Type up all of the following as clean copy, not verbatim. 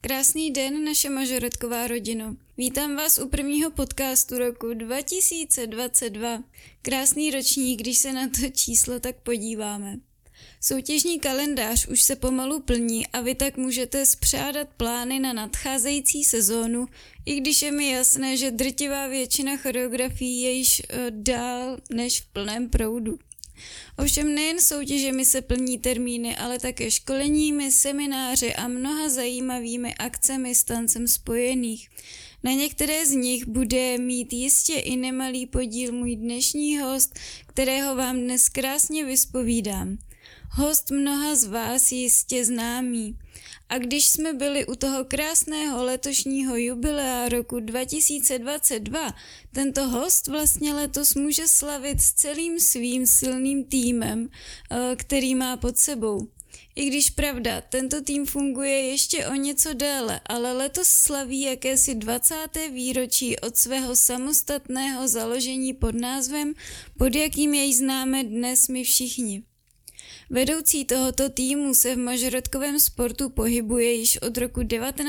Krásný den, naše mažoretková rodino. Vítám vás u prvního podcastu roku 2022. Krásný ročník, když se na to číslo tak podíváme. Soutěžní kalendář už se pomalu plní a vy tak můžete spřádat plány na nadcházející sezónu, i když je mi jasné, že drtivá většina choreografií je již dál než v plném proudu. Ovšem nejen soutěžemi se plní termíny, ale také školeními, semináři a mnoha zajímavými akcemi s tancem spojených. Na některé z nich bude mít jistě i nemalý podíl můj dnešní host, kterého vám dnes krásně vyspovídám. Host mnoha z vás jistě známý. A když jsme byli u toho krásného letošního jubilea roku 2022, tento host vlastně letos může slavit s celým svým silným týmem, který má pod sebou. I když pravda, tento tým funguje ještě o něco déle, ale letos slaví jakési 20. výročí od svého samostatného založení pod názvem, pod jakým jej známe dnes my všichni. Vedoucí tohoto týmu se v mažoretkovém sportu pohybuje již od roku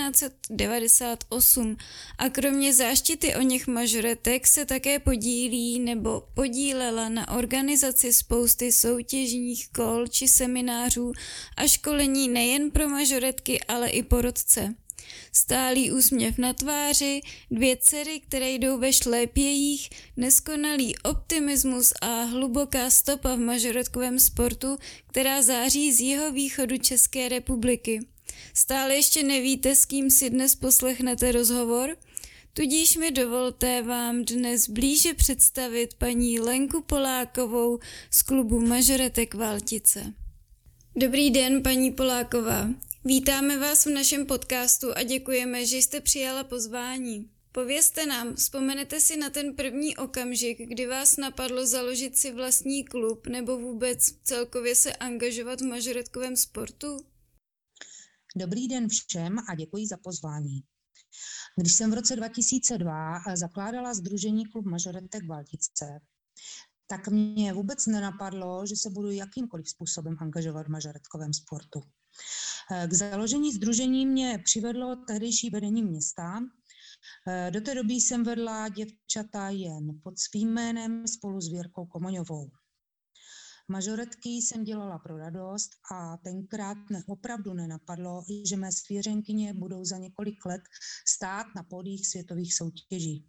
1998 a kromě záštity o něch mažoretek se také podílí nebo podílela na organizaci spousty soutěžních kol či seminářů a školení nejen pro mažoretky, ale i porodce. Stálý úsměv na tváři, 2 dcery, které jdou ve šlépějích, neskonalý optimismus a hluboká stopa v mažoretkovém sportu, která září z jihovýchodu České republiky. Stále ještě nevíte, s kým si dnes poslechnete rozhovor? Tudíž mi dovolte vám dnes blíže představit paní Lenku Polákovou z klubu Mažoretek Valtice. Dobrý den, paní Poláková. Vítáme vás v našem podcastu a děkujeme, že jste přijala pozvání. Povězte nám, vzpomenete si na ten první okamžik, kdy vás napadlo založit si vlastní klub nebo vůbec celkově se angažovat v mažoretkovém sportu? Dobrý den všem a děkuji za pozvání. Když jsem v roce 2002 zakládala sdružení Klub Mažoretek Valtice, tak mě vůbec nenapadlo, že se budu jakýmkoliv způsobem angažovat v mažoretkovém sportu. K založení sdružení mě přivedlo tehdejší vedení města. Do té doby jsem vedla děvčata jen pod svým jménem spolu s Věrkou Komoňovou. Mažoretky jsem dělala pro radost a tenkrát mě opravdu nenapadlo, že mé svěřenkyně budou za několik let stát na pódiích světových soutěží.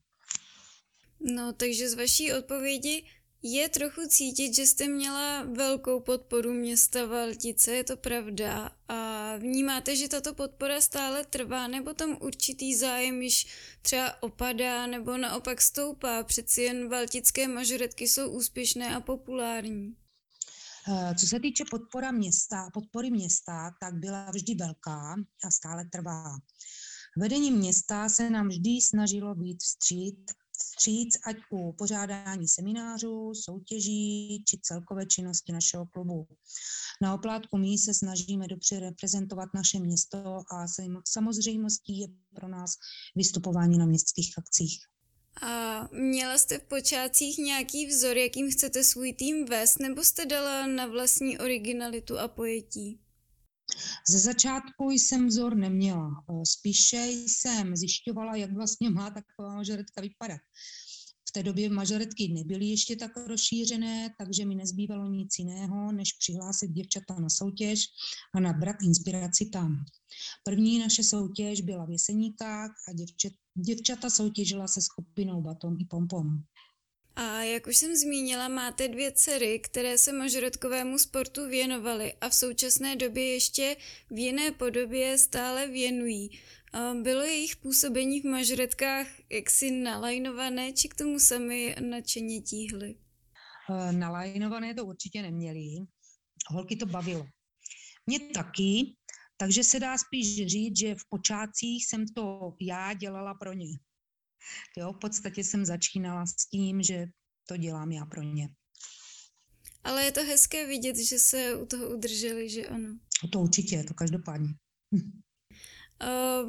No, takže z vaší odpovědi je trochu cítit, že jste měla velkou podporu města Valtice, je to pravda. A vnímáte, že tato podpora stále trvá, nebo tam určitý zájem již třeba opadá, nebo naopak stoupá? Přeci jen valtické mažoretky jsou úspěšné a populární. Co se týče podpory města, tak byla vždy velká a stále trvá. Vedení města se nám vždy snažilo být vstříc, ať u pořádání seminářů, soutěží či celkové činnosti našeho klubu. Na oplátku my se snažíme dobře reprezentovat naše město a samozřejmostí je pro nás vystupování na městských akcích. A měla jste v počátcích nějaký vzor, jakým chcete svůj tým vést, nebo jste dala na vlastní originalitu a pojetí? Ze začátku jsem vzor neměla. Spíše jsem zjišťovala, jak vlastně má taková mažoretka vypadat. V té době mažoretky nebyly ještě tak rozšířené, takže mi nezbývalo nic jiného, než přihlásit děvčata na soutěž a nabrat inspiraci tam. První naše soutěž byla v Jeseníkách a děvčata soutěžila se skupinou Baton i Pompom. A jak už jsem zmínila, máte 2 dcery, které se mažoretkovému sportu věnovaly a v současné době ještě v jiné podobě stále věnují. Bylo jejich působení v mažoretkách jaksi nalajnované, či k tomu sami nadšeně tíhly? Nalajnované to určitě neměli. Holky to bavilo. Mě taky, takže se dá spíš říct, že v počátcích jsem to já dělala pro ně. Jo, v podstatě jsem začínala s tím, že to dělám já pro ně. Ale je to hezké vidět, že se u toho udrželi, že ano? To určitě, to každopádně.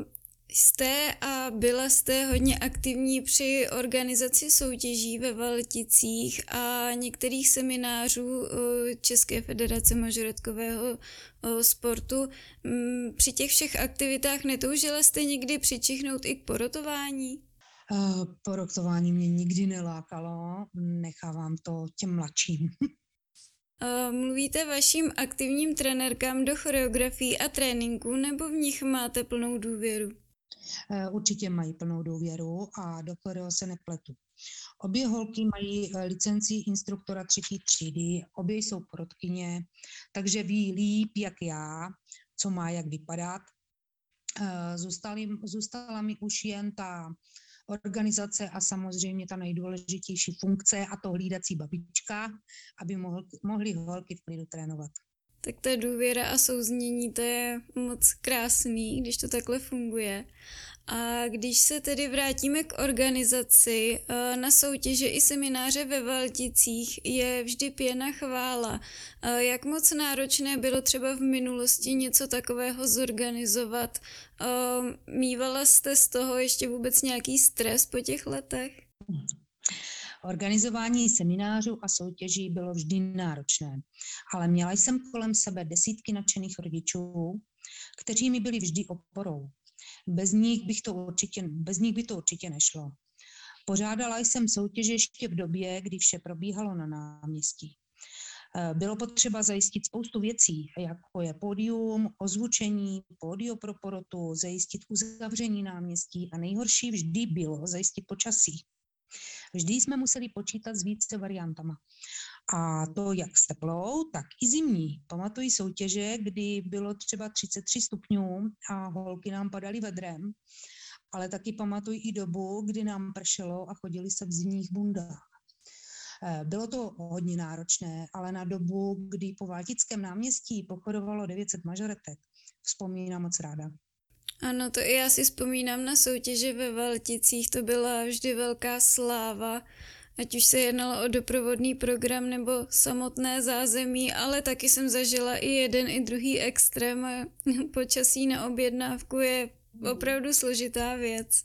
Jste a byla jste hodně aktivní při organizaci soutěží ve Valticích a některých seminářů České federace mažoretkového sportu. Při těch všech aktivitách netoužila jste někdy přičichnout i k porotování? Porotování mě nikdy nelákalo, nechávám to těm mladším. Mluvíte vašim aktivním trenérkám do choreografií a tréninku, nebo v nich máte plnou důvěru? Určitě mají plnou důvěru a do choreo se nepletu. Obě holky mají licenci instruktora 3. třídy, obě jsou porotkyně, takže ví líp jak já, co má jak vypadat. Zůstala mi už jen ta organizace a samozřejmě ta nejdůležitější funkce a to hlídací babička, aby mohly holky v klidu trénovat. Tak ta důvěra a souznění, to je moc krásný, když to takhle funguje. A když se tedy vrátíme k organizaci, na soutěže i semináře ve Valticích je vždy pěna chvála. Jak moc náročné bylo třeba v minulosti něco takového zorganizovat? Mívala jste z toho ještě vůbec nějaký stres po těch letech? Organizování seminářů a soutěží bylo vždy náročné, ale měla jsem kolem sebe desítky nadšených rodičů, kteří mi byli vždy oporou. Bez nich by to určitě nešlo. Pořádala jsem soutěže ještě v době, kdy vše probíhalo na náměstí. Bylo potřeba zajistit spoustu věcí, jako je pódium, ozvučení, pódio pro porotu, zajistit uzavření náměstí a nejhorší vždy bylo zajistit počasí. Vždy jsme museli počítat s více variantama. A to jak s teplou, tak i zimní. Pamatuji soutěže, kdy bylo třeba 33 stupňů a holky nám padaly vedrem, ale taky pamatuji i dobu, kdy nám pršelo a chodili se v zimních bundách. Bylo to hodně náročné, ale na dobu, kdy po Valtickém náměstí pochodovalo 900 mažoretek, vzpomínám moc ráda. Ano, to i já si vzpomínám na soutěže ve Valticích, to byla vždy velká sláva, ať už se jednalo o doprovodný program nebo samotné zázemí, ale taky jsem zažila i jeden, i druhý extrém a počasí na objednávku je opravdu složitá věc.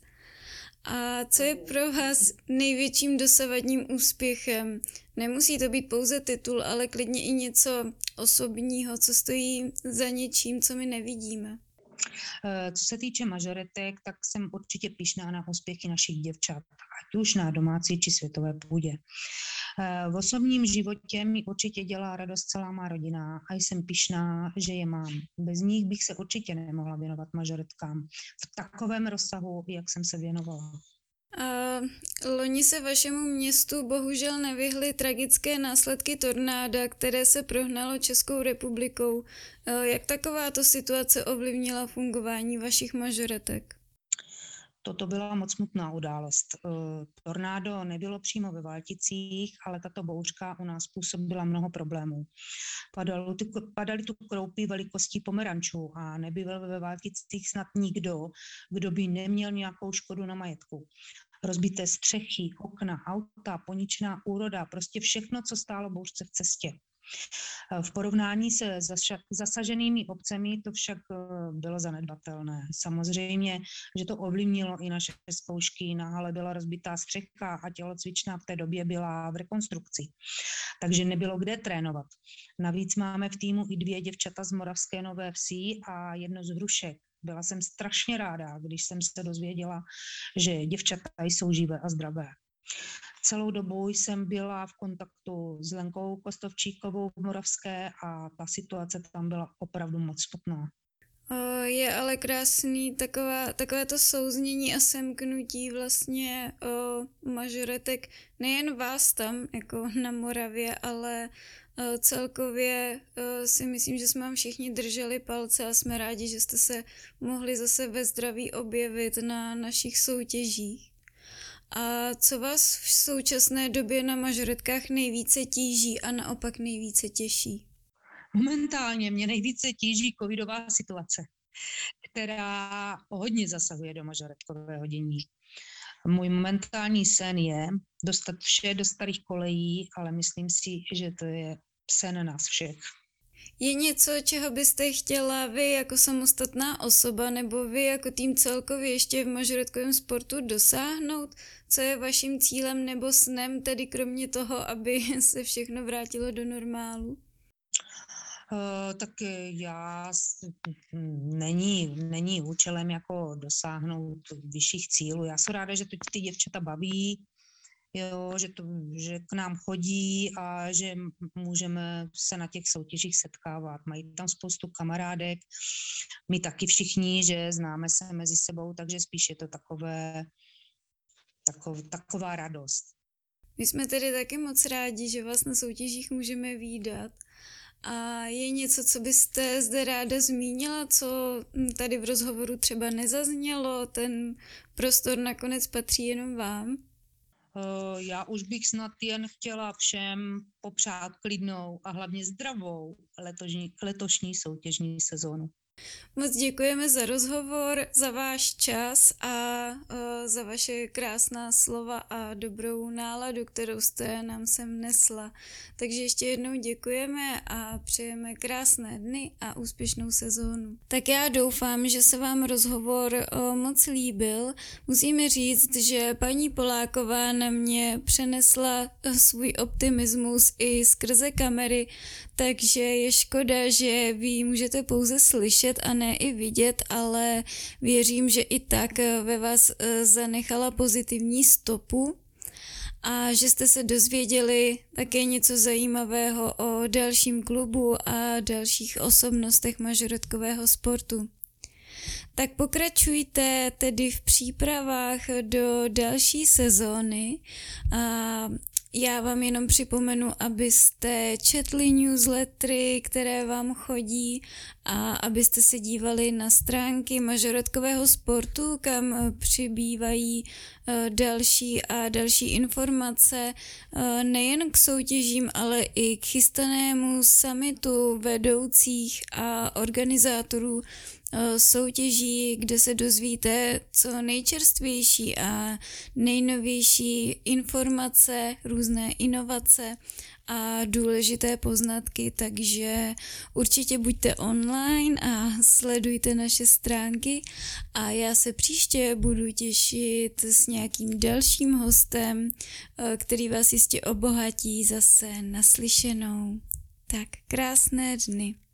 A co je pro vás největším dosavadním úspěchem? Nemusí to být pouze titul, ale klidně i něco osobního, co stojí za něčím, co my nevidíme. Co se týče mažoretek, tak jsem určitě pyšná na úspěchy našich děvčat, ať už na domácí či světové půdě. V osobním životě mi určitě dělá radost celá má rodina a jsem pyšná, že je mám. Bez nich bych se určitě nemohla věnovat mažoretkám v takovém rozsahu, jak jsem se věnovala. Loni se vašemu městu bohužel nevyhly tragické následky tornáda, které se prohnalo Českou republikou. Jak takováto situace ovlivnila fungování vašich mažoretek? Toto byla moc smutná událost. Tornádo nebylo přímo ve Valticích, ale tato bouřka u nás způsobila mnoho problémů. Padaly tu kroupy velikostí pomerančů a nebyl ve Valticích snad nikdo, kdo by neměl nějakou škodu na majetku. Rozbité střechy, okna, auta, poničená úroda, prostě všechno, co stálo bouřce v cestě. V porovnání se zasaženými obcemi to však bylo zanedbatelné. Samozřejmě, že to ovlivnilo i naše zkoušky. Na hale byla rozbitá střecha a tělocvična v té době byla v rekonstrukci. Takže nebylo kde trénovat. Navíc máme v týmu i 2 děvčata z Moravské Nové Vsi a jedno z Hrušek. Byla jsem strašně ráda, když jsem se dozvěděla, že děvčata jsou živé a zdravé. Celou dobu jsem byla v kontaktu s Lenkou Kostovčíkovou v Moravské a ta situace tam byla opravdu moc smutná. Je ale krásný takové to souznění a semknutí vlastně mažoretek nejen vás tam, jako na Moravě, ale celkově si myslím, že jsme vám všichni drželi palce a jsme rádi, že jste se mohli zase ve zdraví objevit na našich soutěžích. A co vás v současné době na mažoretkách nejvíce tíží a naopak nejvíce těší? Momentálně mě nejvíce tíží covidová situace, která hodně zasahuje do mažoretkového dění. Můj momentální sen je dostat vše do starých kolejí, ale myslím si, že to je sen nás všech. Je něco, čeho byste chtěla vy jako samostatná osoba nebo vy jako tým celkově ještě v mažoretkovém sportu dosáhnout? Co je vaším cílem nebo snem, tedy kromě toho, aby se všechno vrátilo do normálu? Tak není účelem jako dosáhnout vyšších cílů. Já jsem ráda, že to ty děvčata baví, jo, že k nám chodí a že můžeme se na těch soutěžích setkávat. Mají tam spoustu kamarádek, my taky všichni, že známe se mezi sebou, takže spíš je to taková radost. My jsme tedy taky moc rádi, že vás na soutěžích můžeme vídat. A je něco, co byste zde ráda zmínila, co tady v rozhovoru třeba nezaznělo, ten prostor nakonec patří jenom vám? Já už bych snad jen chtěla všem popřát klidnou a hlavně zdravou letošní soutěžní sezónu. Moc děkujeme za rozhovor, za váš čas a za vaše krásná slova a dobrou náladu, kterou jste nám sem nesla. Takže ještě jednou děkujeme a přejeme krásné dny a úspěšnou sezónu. Tak já doufám, že se vám rozhovor moc líbil. Musíme říct, že paní Poláková na mě přenesla svůj optimismus i skrze kamery, takže je škoda, že vy ji můžete pouze slyšet a ne i vidět, ale věřím, že i tak ve vás zanechala pozitivní stopu a že jste se dozvěděli také něco zajímavého o dalším klubu a dalších osobnostech mažoretkového sportu. Tak pokračujte tedy v přípravách do další sezóny a já vám jenom připomenu, abyste četli newslettery, které vám chodí a abyste se dívali na stránky mažoretkového sportu, kam přibývají další a další informace nejen k soutěžím, ale i k chystanému summitu vedoucích a organizátorů soutěží, kde se dozvíte co nejčerstvější a nejnovější informace, různé inovace a důležité poznatky, takže určitě buďte online a sledujte naše stránky a já se příště budu těšit s nějakým dalším hostem, který vás jistě obohatí zase naslyšenou. Tak krásné dny.